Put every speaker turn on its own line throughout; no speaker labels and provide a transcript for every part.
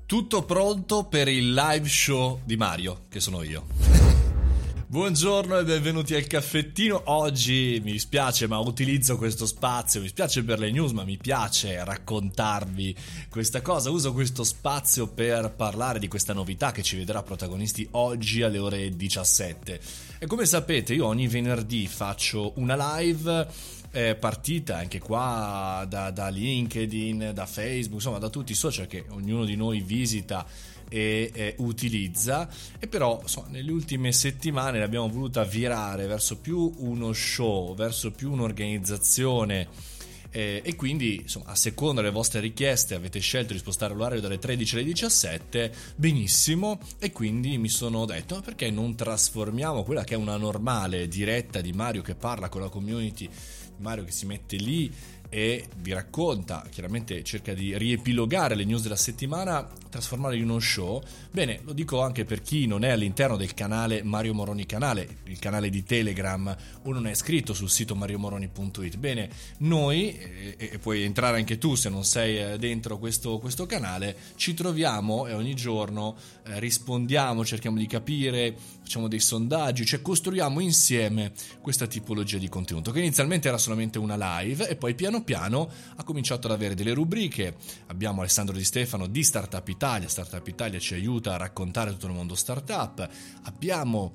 Tutto pronto per il live show di Mario, che sono io. Buongiorno e benvenuti al caffettino. Oggi mi dispiace ma utilizzo questo spazio, mi spiace per le news ma mi piace raccontarvi questa cosa. Uso questo spazio per parlare di questa novità che ci vedrà protagonisti oggi alle ore 17. E come sapete io ogni venerdì faccio una live partita anche qua da LinkedIn, da Facebook, insomma da tutti i social che ognuno di noi visita e utilizza, e però insomma, nelle ultime settimane l'abbiamo voluta virare verso più uno show, verso più un'organizzazione, e quindi insomma a seconda delle vostre richieste avete scelto di spostare l'orario dalle 13 alle 17, benissimo, e quindi mi sono detto ma perché non trasformiamo quella che è una normale diretta di Mario che parla con la community, Mario che si mette lì e vi racconta, chiaramente cerca di riepilogare le news della settimana, trasformarle in uno show. Bene, lo dico anche per chi non è all'interno del canale Mario Moroni Canale, il canale di Telegram, o non è iscritto sul sito mariomoroni.it. Bene, noi, e puoi entrare anche tu se non sei dentro questo canale, ci troviamo e ogni giorno rispondiamo, cerchiamo di capire, facciamo dei sondaggi, cioè costruiamo insieme questa tipologia di contenuto che inizialmente era solamente una live e poi piano piano ha cominciato ad avere delle rubriche. Abbiamo Alessandro Di Stefano di Startup Italia ci aiuta a raccontare tutto il mondo startup. Abbiamo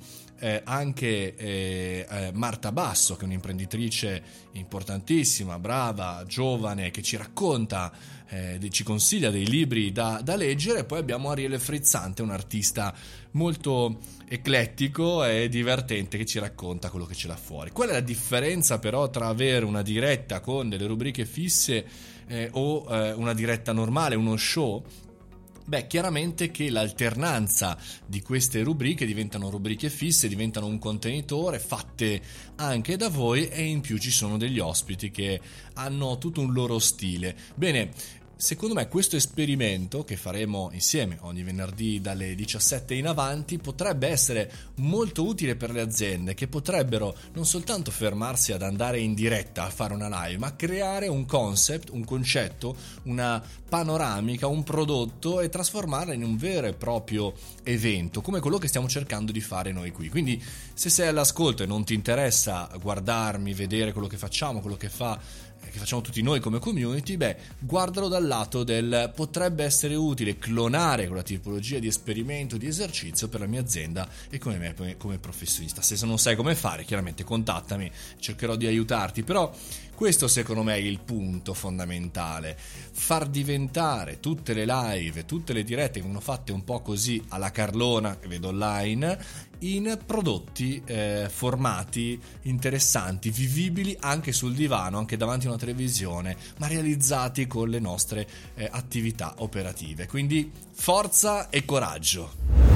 anche Marta Basso, che è un'imprenditrice importantissima, brava, giovane, che ci racconta, ci consiglia dei libri da leggere. E poi abbiamo Ariele Frizzante, un artista molto eclettico e divertente che ci racconta quello che ce l'ha fuori. Qual è la differenza però tra avere una diretta con delle rubriche fisse o una diretta normale, uno show? Beh, chiaramente che l'alternanza di queste rubriche diventano rubriche fisse, diventano un contenitore fatte anche da voi, e in più ci sono degli ospiti che hanno tutto un loro stile. Bene, secondo me questo esperimento che faremo insieme ogni venerdì dalle 17 in avanti potrebbe essere molto utile per le aziende, che potrebbero non soltanto fermarsi ad andare in diretta a fare una live, ma creare un concept, un concetto, una panoramica, un prodotto, e trasformarla in un vero e proprio evento come quello che stiamo cercando di fare noi qui. Quindi se sei all'ascolto e non ti interessa guardarmi, vedere quello che facciamo, quello che facciamo tutti noi come community, beh, guardalo dal lato del potrebbe essere utile clonare quella tipologia di esperimento, di esercizio per la mia azienda e come me come professionista. Se non sai come fare, chiaramente contattami, cercherò di aiutarti, però questo secondo me è il punto fondamentale: far diventare tutte le live, tutte le dirette che vengono fatte un po' così alla Carlona, che vedo online, in prodotti, formati interessanti, vivibili anche sul divano, anche davanti a una televisione, ma realizzati con le nostre attività operative. Quindi forza e coraggio.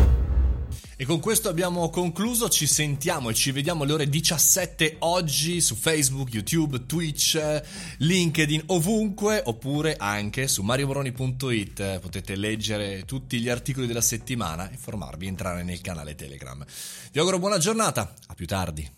E con questo abbiamo concluso, ci sentiamo e ci vediamo alle ore 17 oggi su Facebook, YouTube, Twitch, LinkedIn, ovunque, oppure anche su mariomoroni.it. Potete leggere tutti gli articoli della settimana, informarvi, entrare nel canale Telegram. Vi auguro buona giornata, a più tardi.